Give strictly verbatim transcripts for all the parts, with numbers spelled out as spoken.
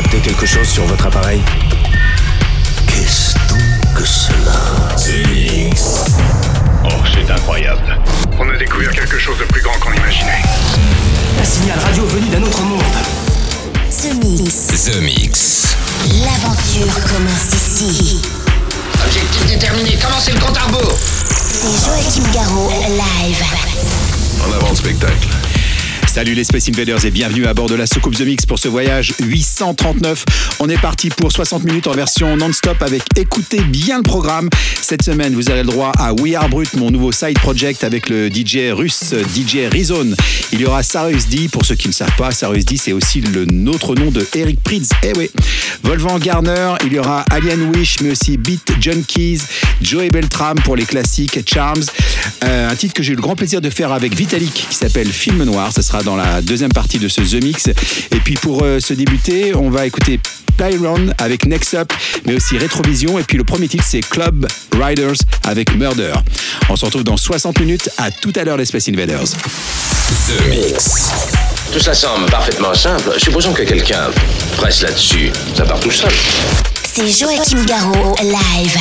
écouter quelque chose sur votre appareil? Qu'est-ce donc que cela? The Mix. Oh, c'est incroyable. On a découvert quelque chose de plus grand qu'on imaginait. Un signal radio venu d'un autre monde. The Mix. The Mix. L'aventure commence ici. Objectif déterminé, commencez le compte à rebours. C'est Joachim Garraud, live. En avant le spectacle. Salut les Space Invaders et bienvenue à bord de la soucoupe The Mix pour ce voyage huit cent trente-neuf. On est parti pour soixante minutes en version non-stop avec écoutez bien le programme. Cette semaine, vous aurez le droit à We Are Brut, mon nouveau side project avec le D J russe D J Rizone. Il y aura Sarus D, pour ceux qui ne savent pas, Sarus D c'est aussi le autre nom de Eric Prydz. Eh oui. Wolfgang Garner, il y aura Alien Wish, mais aussi Beat Junkies, Joey Beltram pour les classiques, Charms. Euh, un titre que j'ai eu le grand plaisir de faire avec Vitalik qui s'appelle Film Noir. Ça sera dans la deuxième partie de ce The Mix. Et puis pour euh, se débuter, on va écouter Pyron avec Next Up, mais aussi Rétrovision. Et puis le premier titre, c'est Club Riders avec Murder. On se retrouve dans soixante minutes. À tout à l'heure, les Space Invaders. The Mix. Tout ça semble parfaitement simple. Supposons que quelqu'un presse là-dessus. Ça part tout seul. C'est Joachim Garraud, live.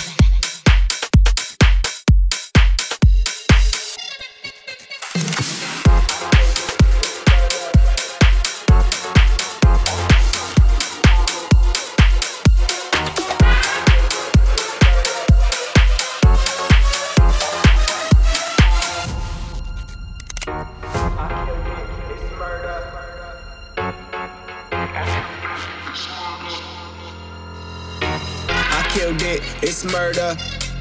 It's murder.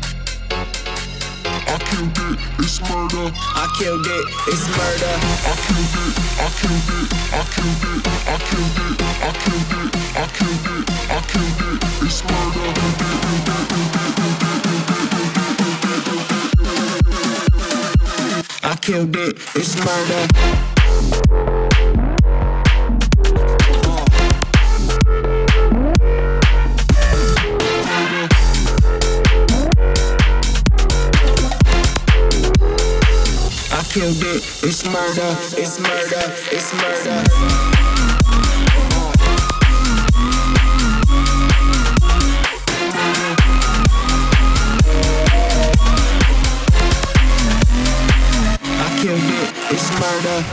I killed it, it's murder. I killed it, it's murder. I killed it, I killed it, I killed it, I killed it, I killed it, I killed it, I killed it, it's murder. I killed it, it's murder. Killed it, it's murder, it's murder, it's murder. I killed it, it's murder.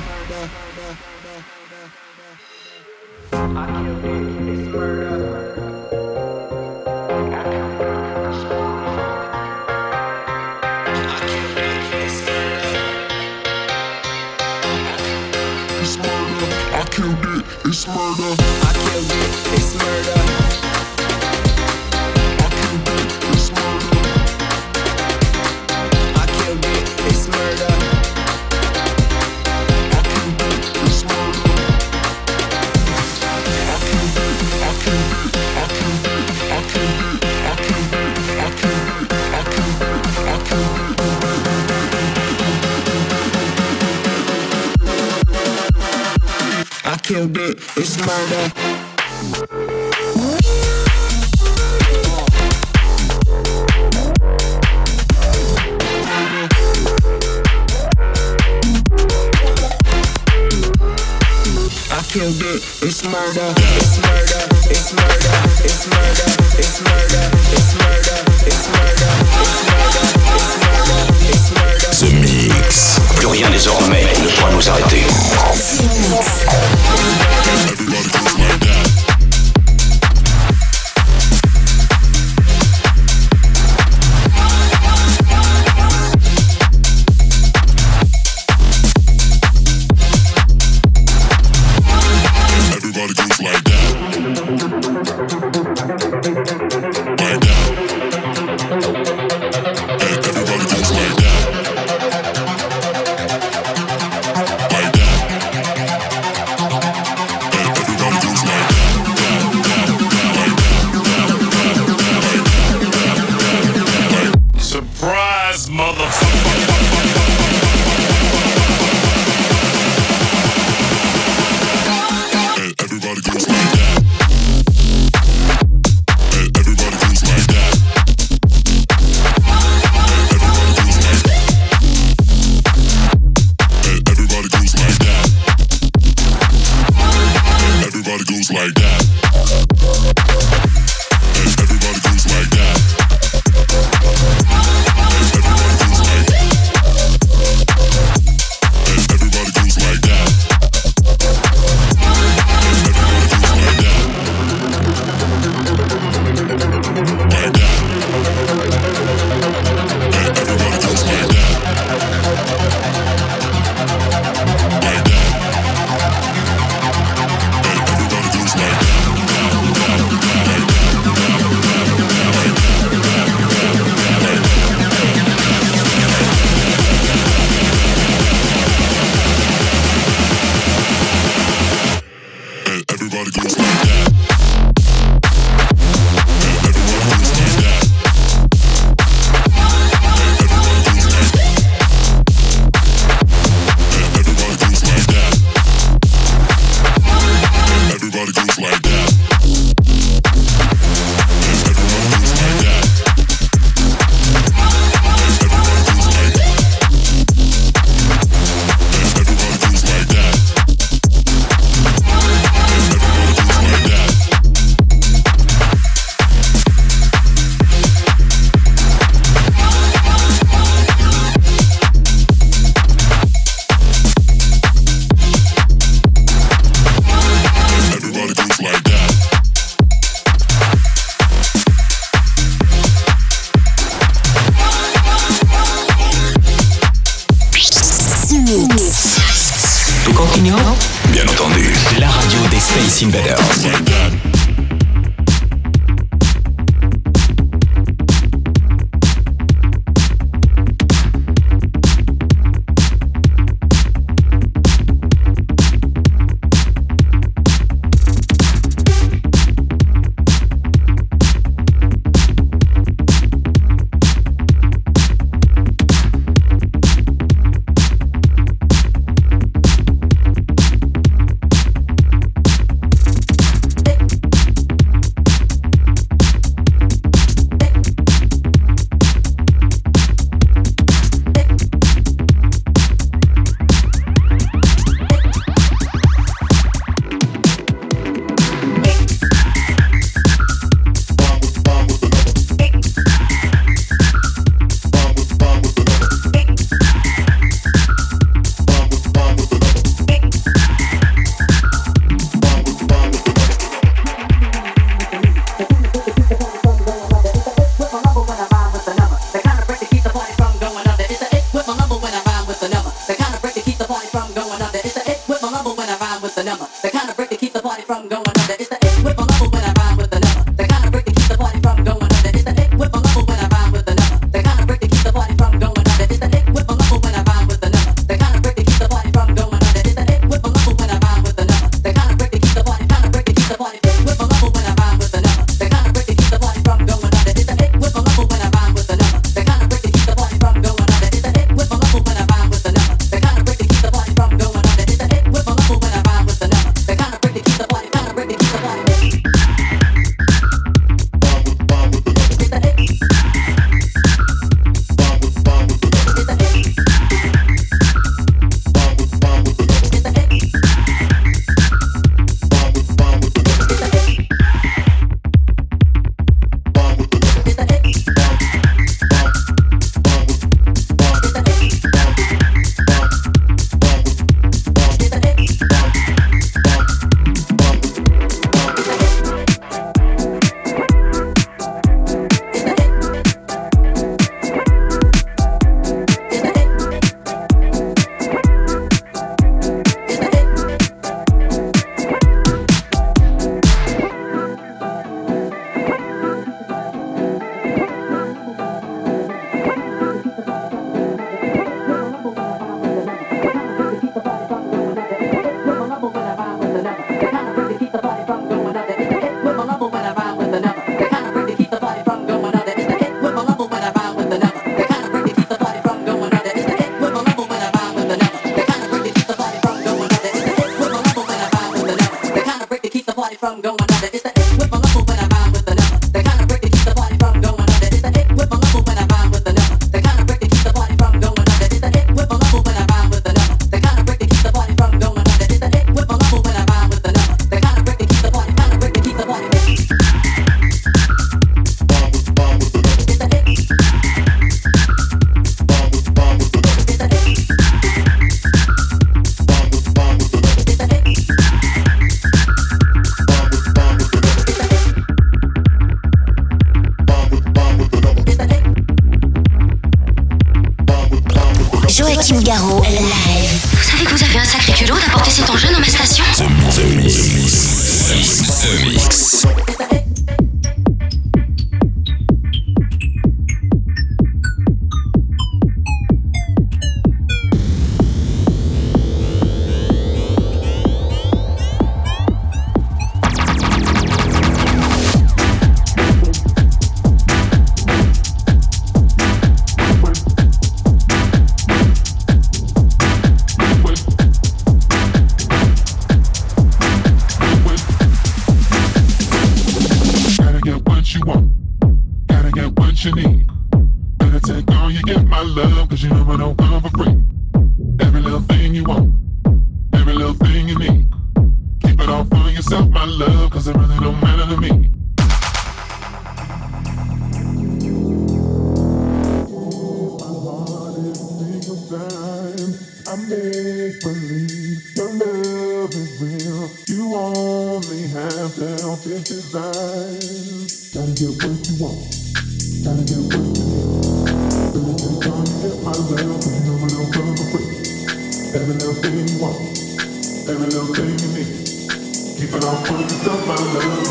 I killed it, it's murder. It's murder. I killed it. It's murder. I killed it. It's murder. I killed it. It's murder. I killed it. It's murder. I killed it. I killed it. I killed it. I killed it. I killed it. I killed it. I killed it. I killed it. I killed it, it's murder. I killed it, it's murder, it's murder, it's murder, it's murder, it's murder, it's murder, it's murder, it's murder, it's murder, it's murder. The Mix. Plus rien désormais ne pourra nous arrêter. Everybody goes like that. Everybody goes like that. Like that. Hey, everybody goes like that. The Mix. Tout continue? Bien entendu. La radio des Space Invaders. Like that. Joachim Garraud, live. Vous savez que vous avez un sacré culot d'apporter cet enjeu dans ma station? The Mix. The Mix. Every little thing you want, every little thing you need. Keep it on putting yourself out of love.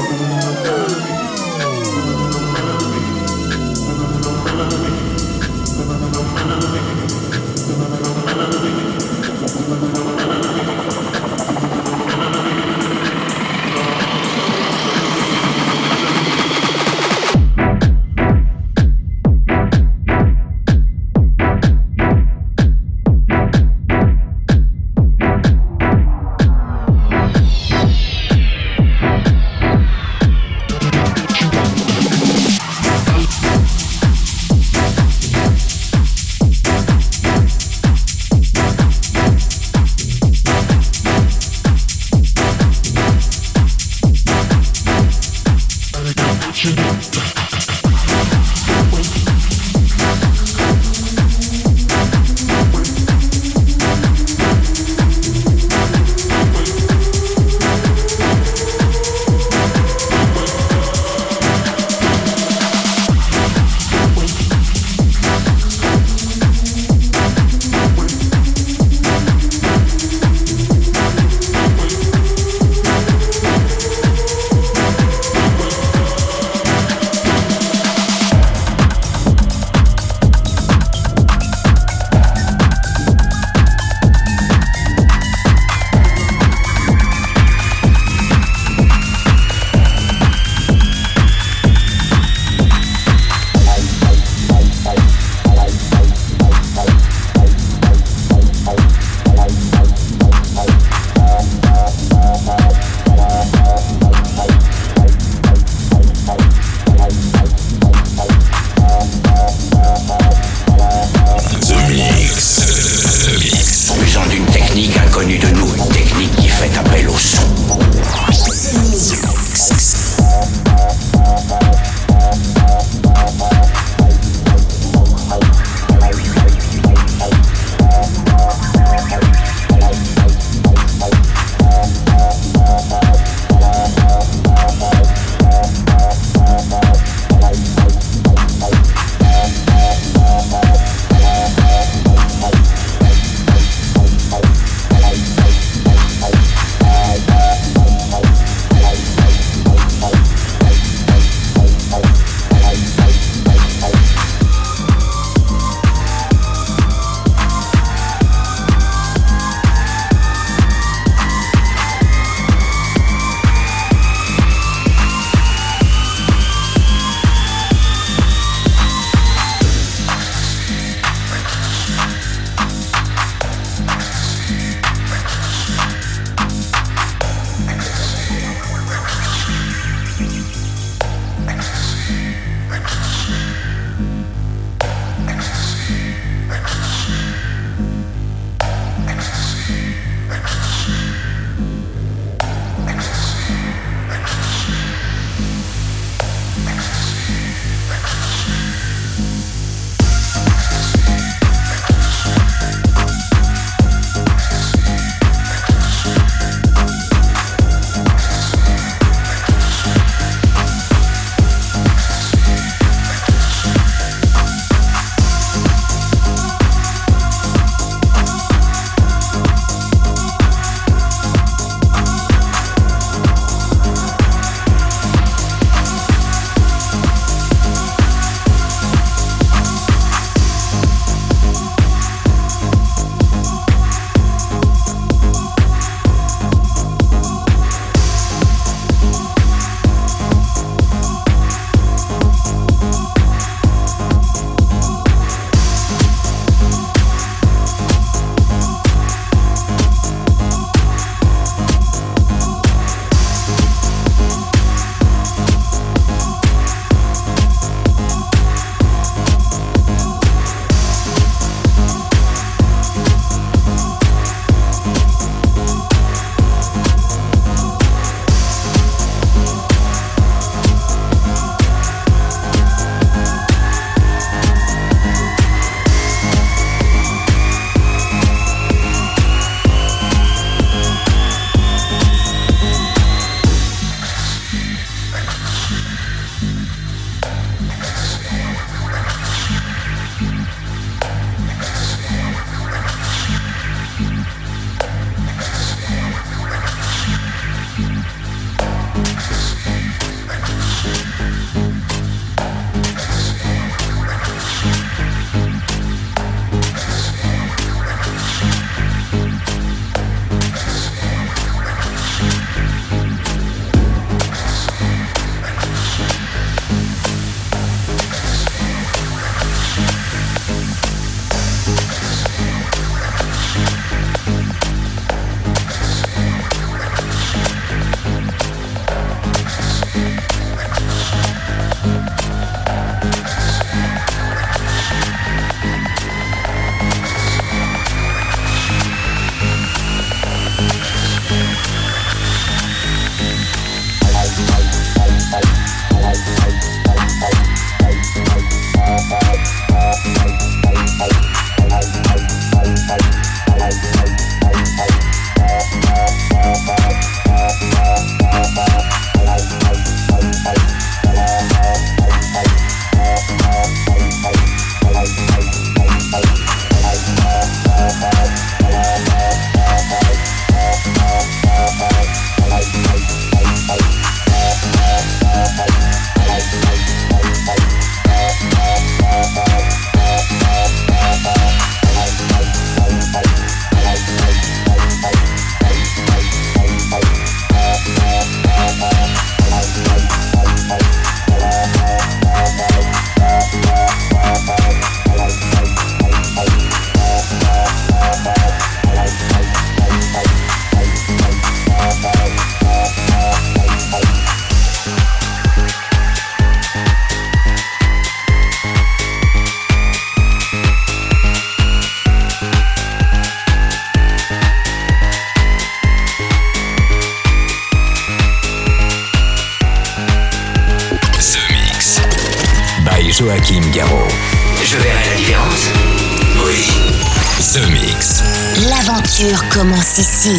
Joachim Garraud. Je verrai la différence. Oui. The Mix. L'aventure commence ici.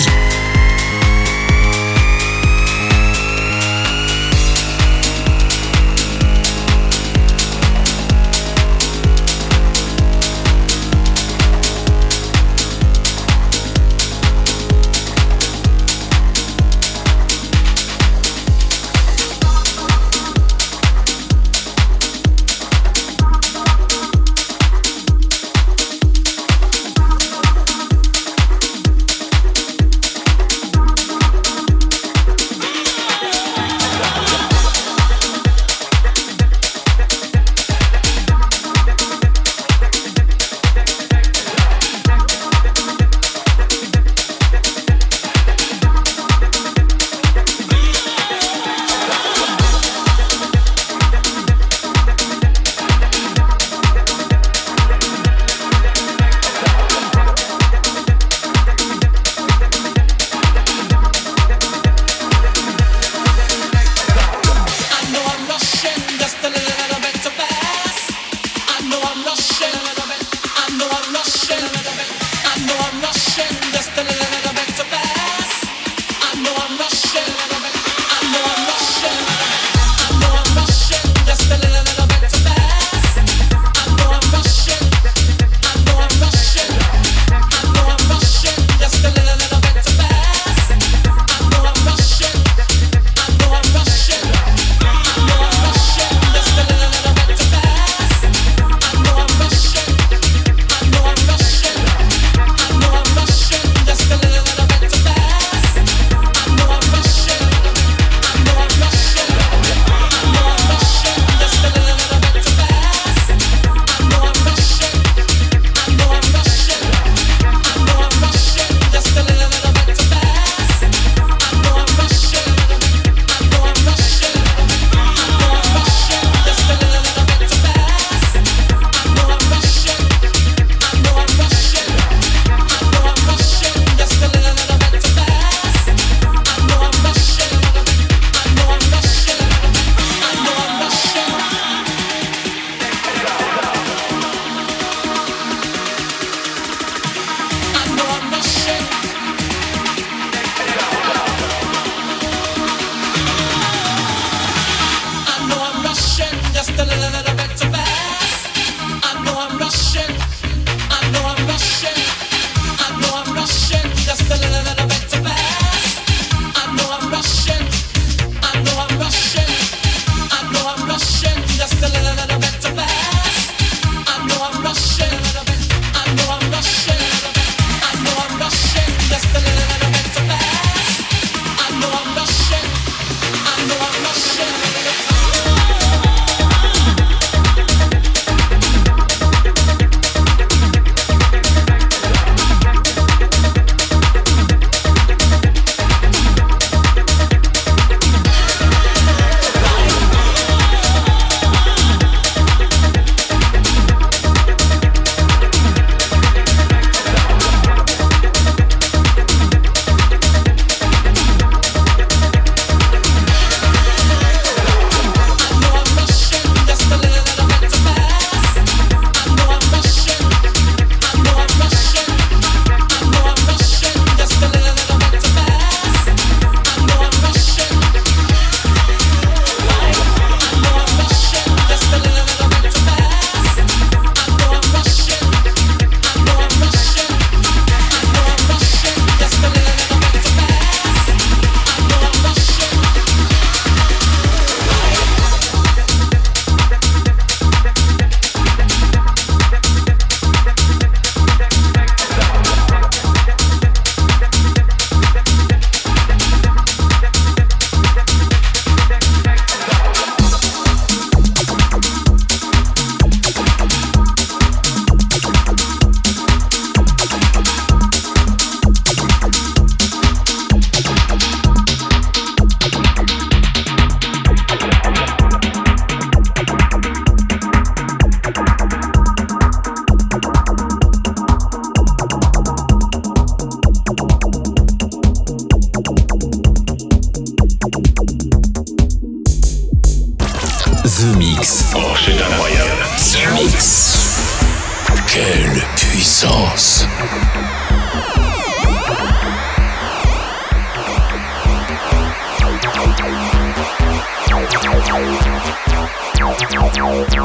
Just a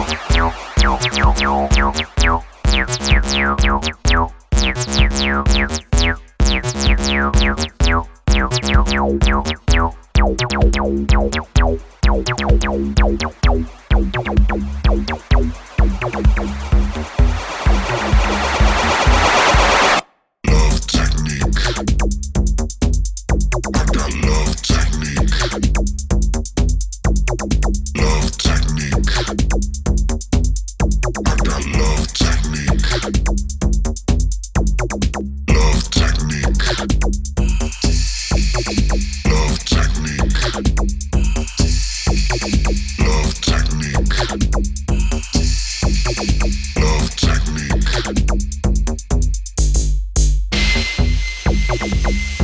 Love technique.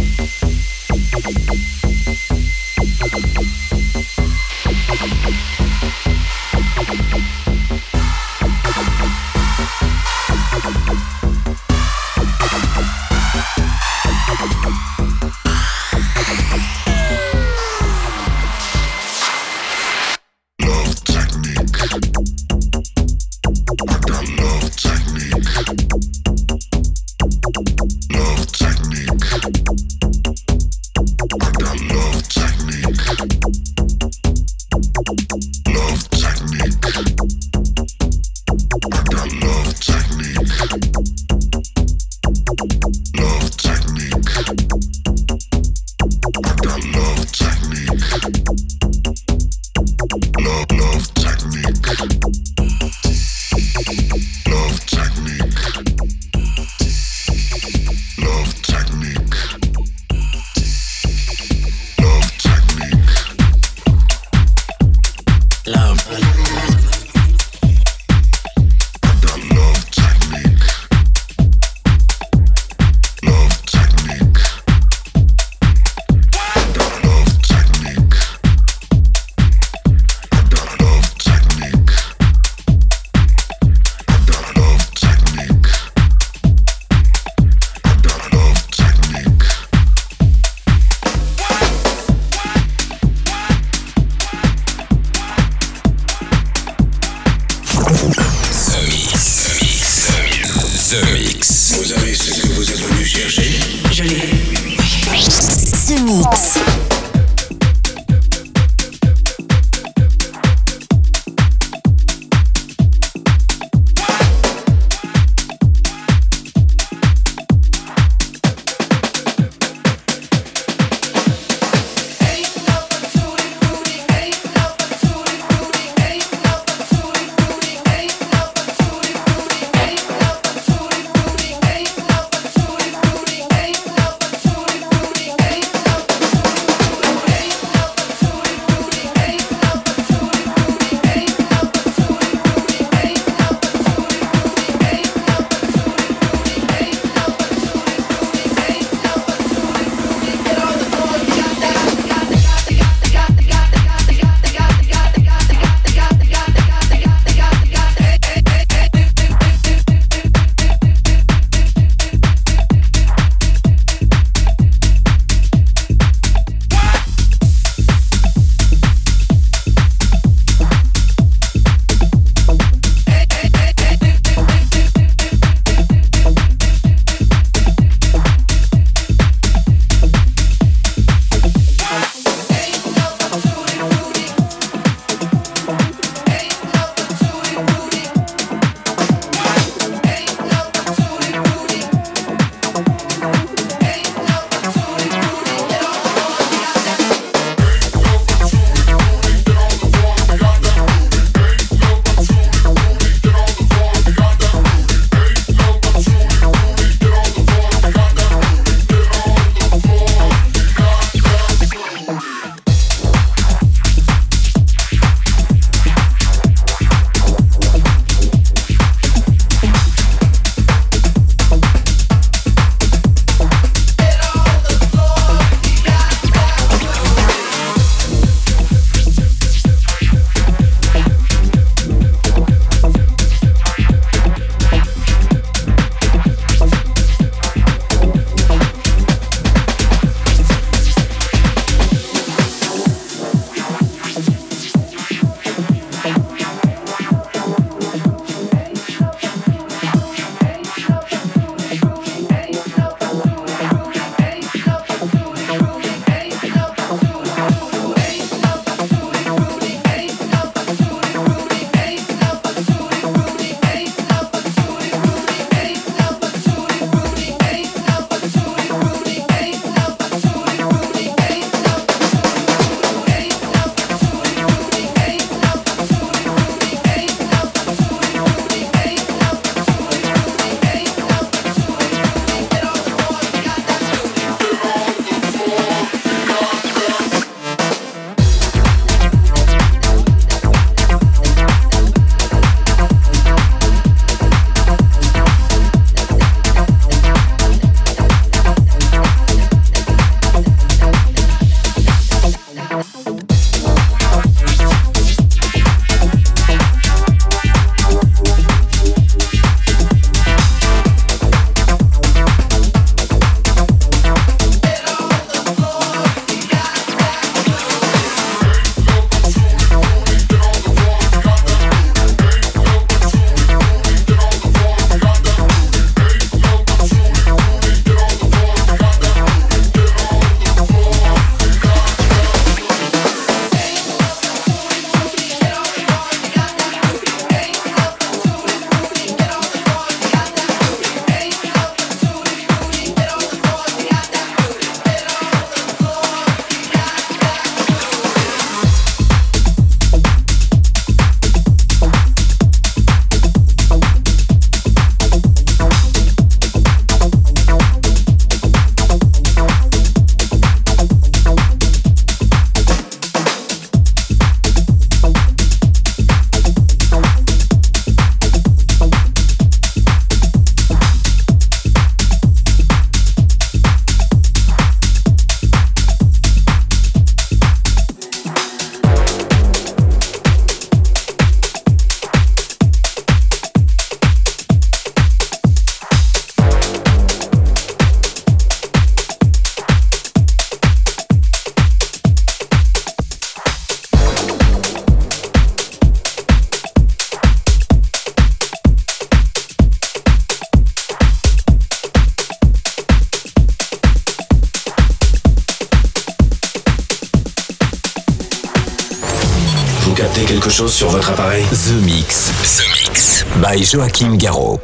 capté quelque chose sur votre appareil? The Mix. The Mix. By Joachim Garraud.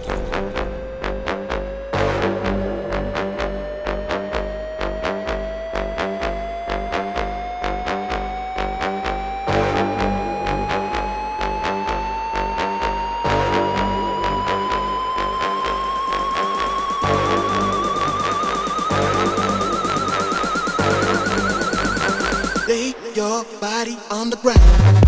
Lay your body on the ground.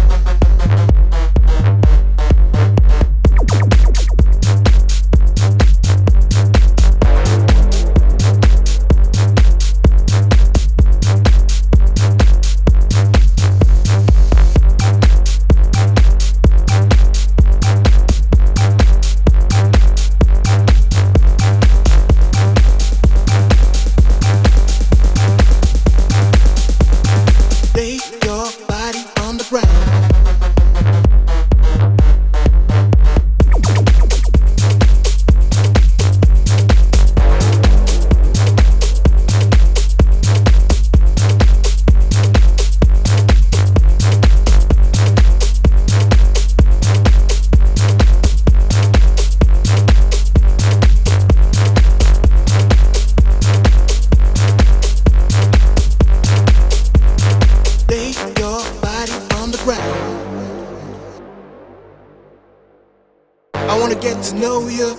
Lay your body on the ground. Lay your body on the ground. I wanna get to know you.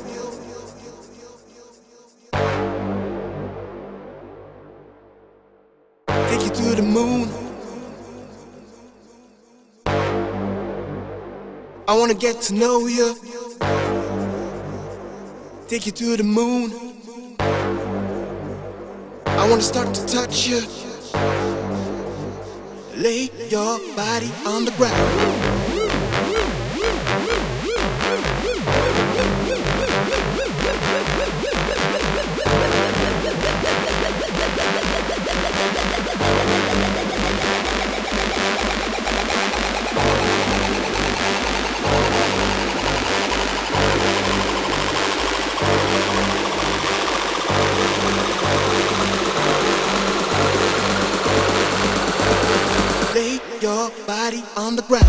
Take you to the moon. I wanna get to know you. Take you to the moon. I wanna start to touch you. Lay your body on the ground. Lay your body on the ground.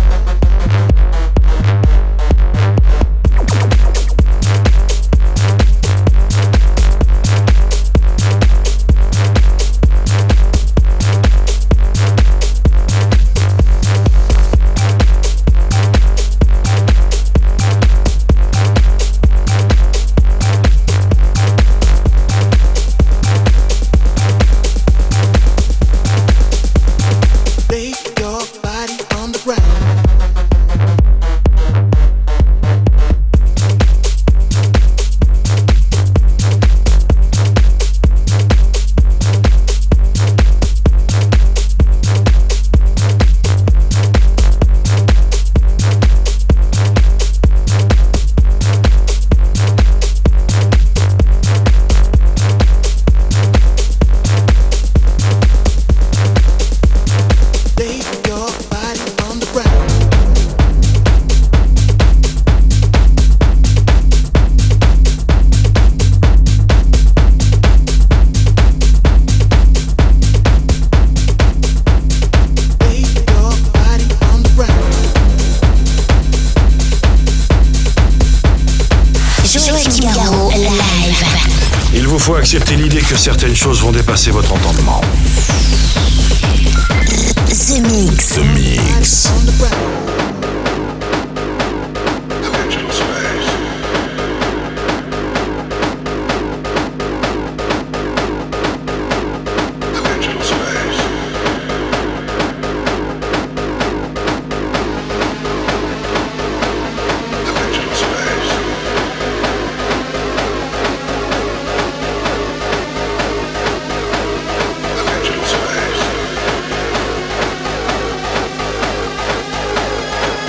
Lay your body on the ground. Lay your body on the ground. Lay your body on the ground. Joachim Garraud live. Il vous faut accepter l'idée que certaines choses vont dépasser votre entendement. The Mix. The Mix. On the ground. Dimensional space. Dimensional space. Dimensional space. Dimensional space.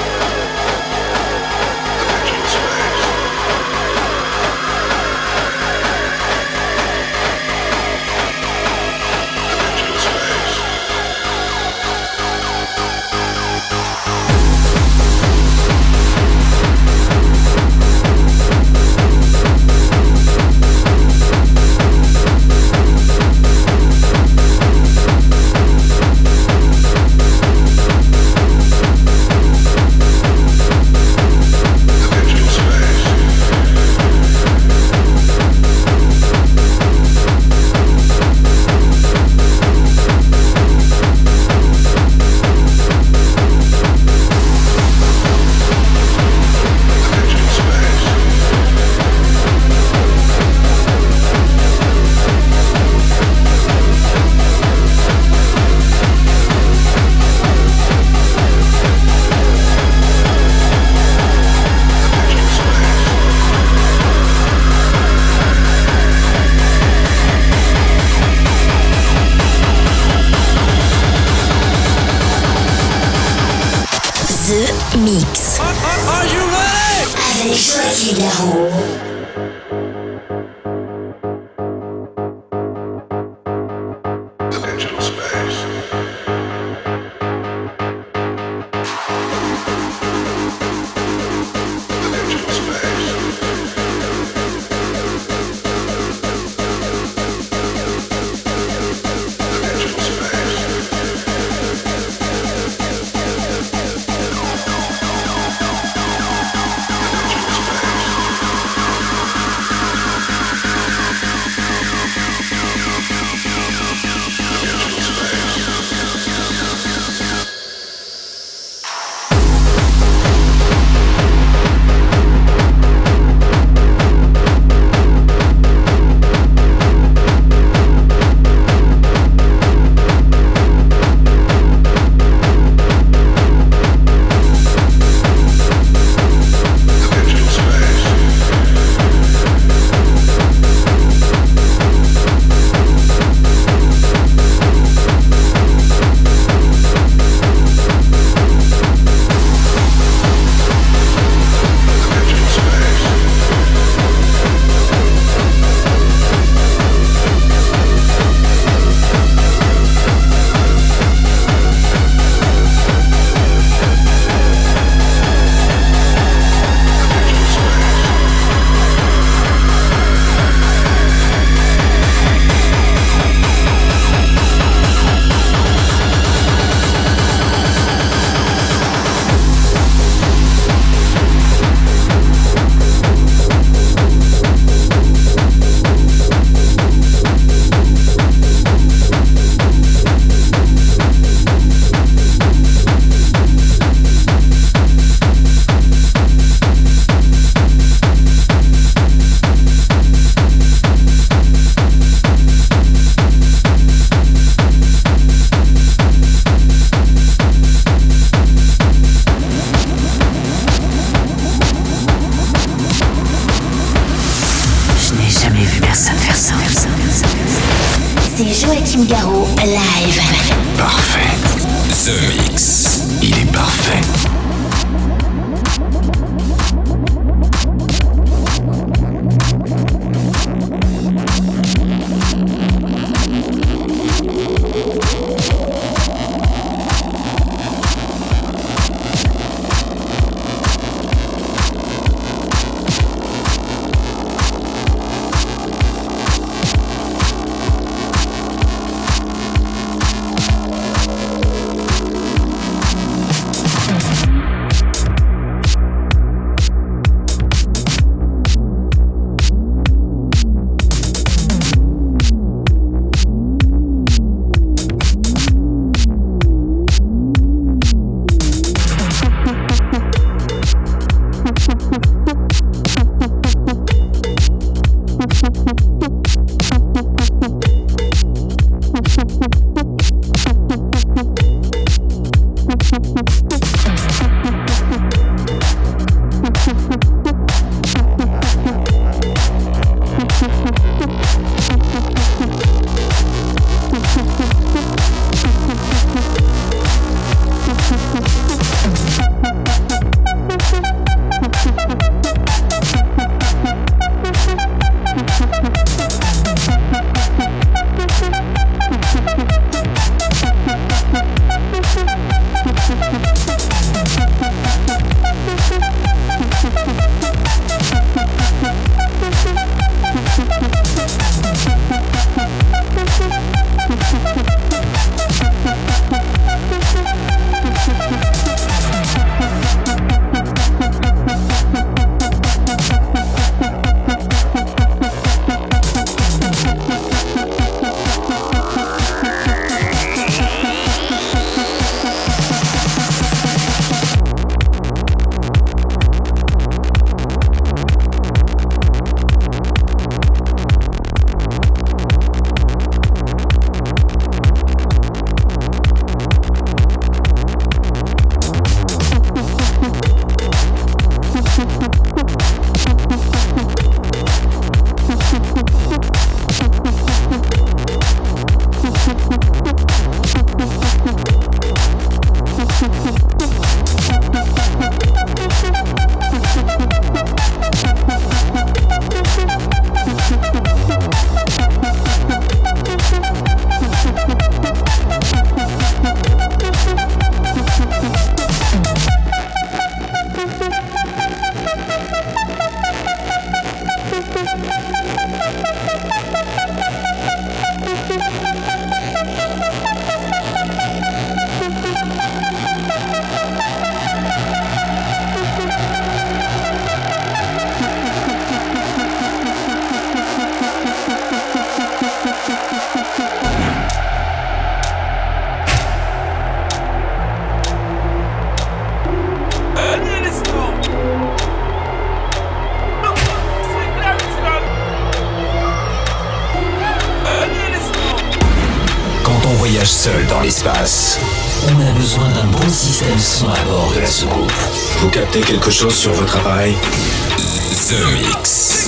Mix. Avec Joachim Garraud. Dimensional space. Dimensional space. Dimensional C'est Joachim Garraud, live. Parfait. The Mix. Il est parfait. Voyage seul dans l'espace. On a besoin d'un bon système son à bord de la soucoupe. Vous captez quelque chose sur votre appareil? The Mix.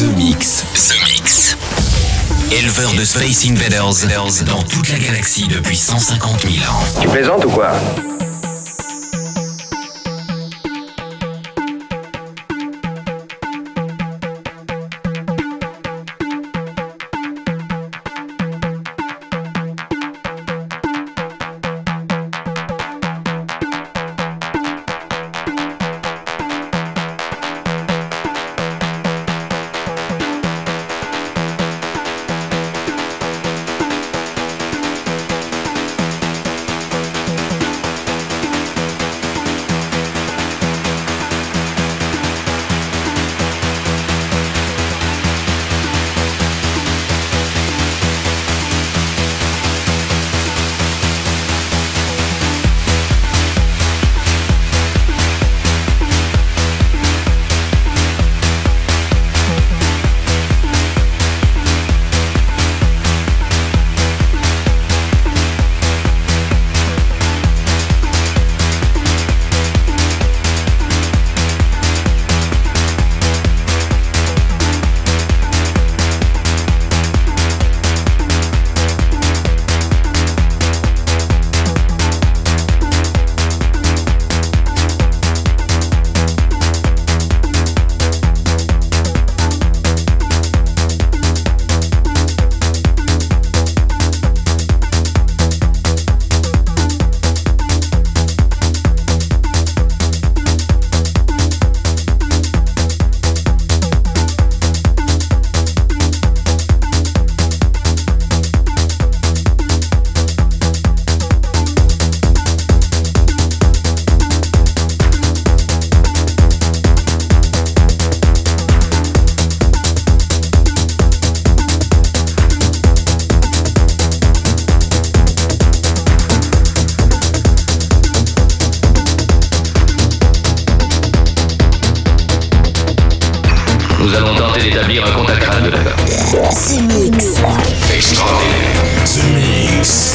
The Mix. The Mix. Éleveur de Space Invaders dans toute la galaxie depuis cent cinquante mille ans. Tu plaisantes ou quoi? Nous allons tenter d'établir un contact radio. The Mix. Extraordinaire. The Mix.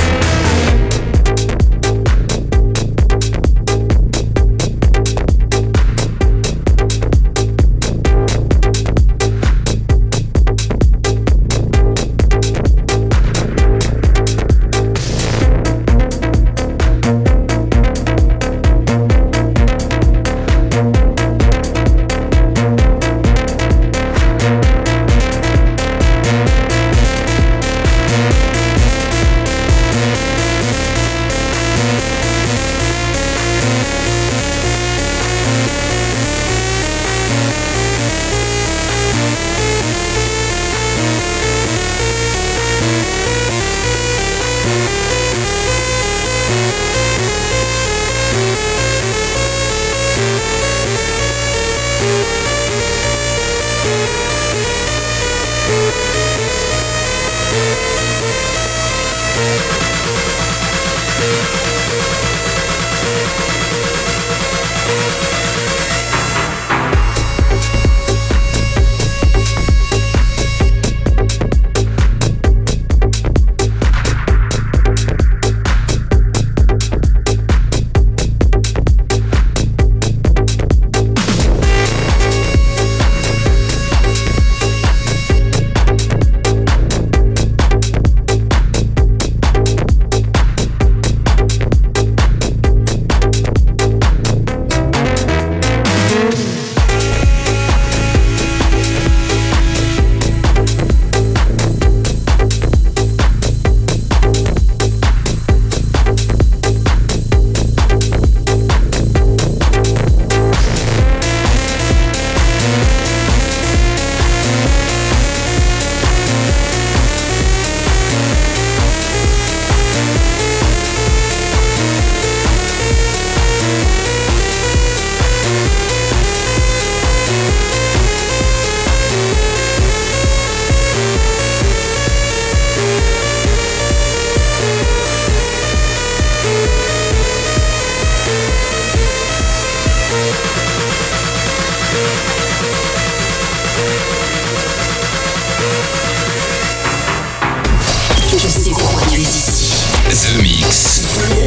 The Mix.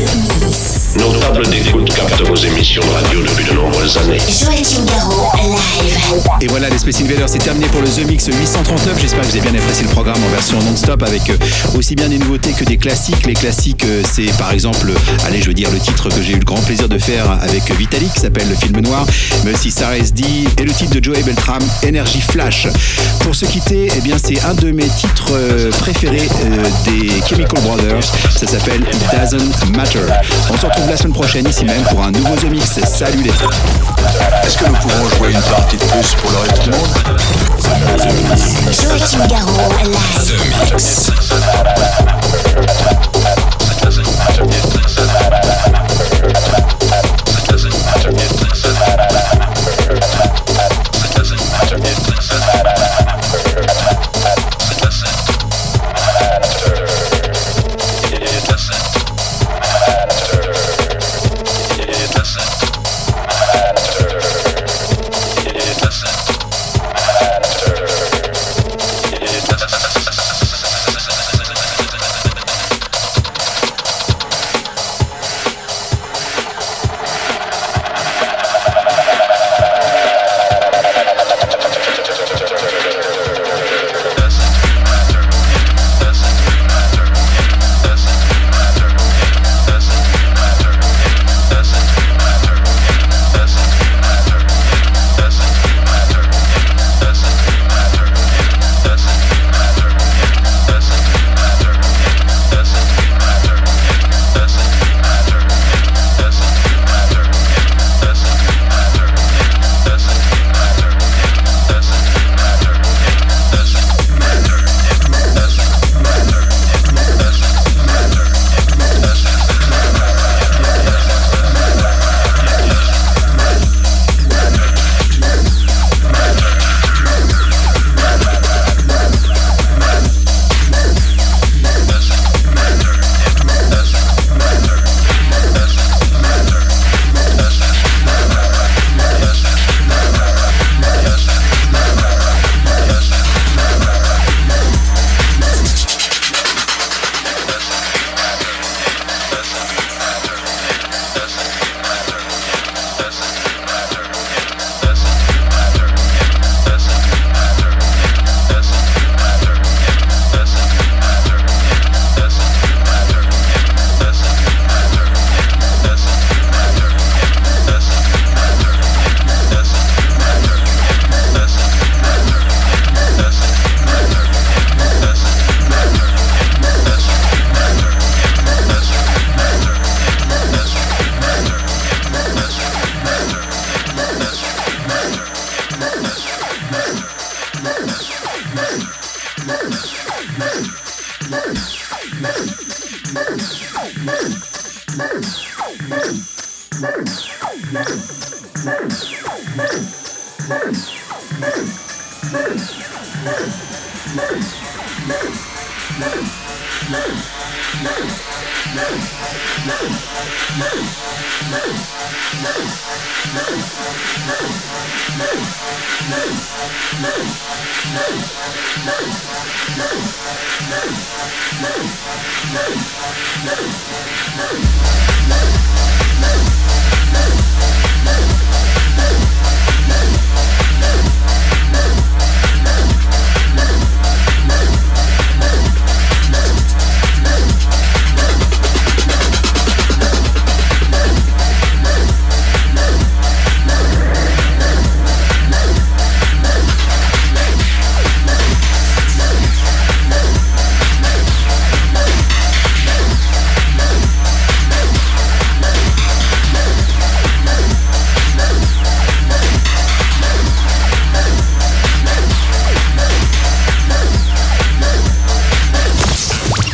Nos tables d'écoute captent vos émissions de radio depuis de nombreuses années. Joachim Garraud, live. Et Voilà, les Space Invaders, c'est terminé pour le The Mix huit cent trente-neuf. J'espère que vous avez bien apprécié le programme en version non-stop avec euh, aussi bien des nouveautés que des classiques. Les classiques, euh, c'est par exemple, euh, allez, je veux dire le titre que j'ai eu le grand plaisir de faire avec Vitalik, qui s'appelle Le Film Noir, mais aussi Sarah S D et le titre de Joey Beltram, Energy Flash. Pour se quitter, eh bien, c'est un de mes titres euh, préférés euh, des Chemical Brothers. Ça s'appelle It Doesn't Matter. On se retrouve la semaine prochaine ici même pour un nouveau The Mix. Salut les frères. Est-ce que nous pouvons jouer une partie de plus pour le reste du monde? Joachim Garraud, live. The Mix.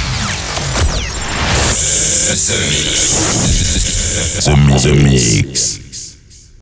The Mix.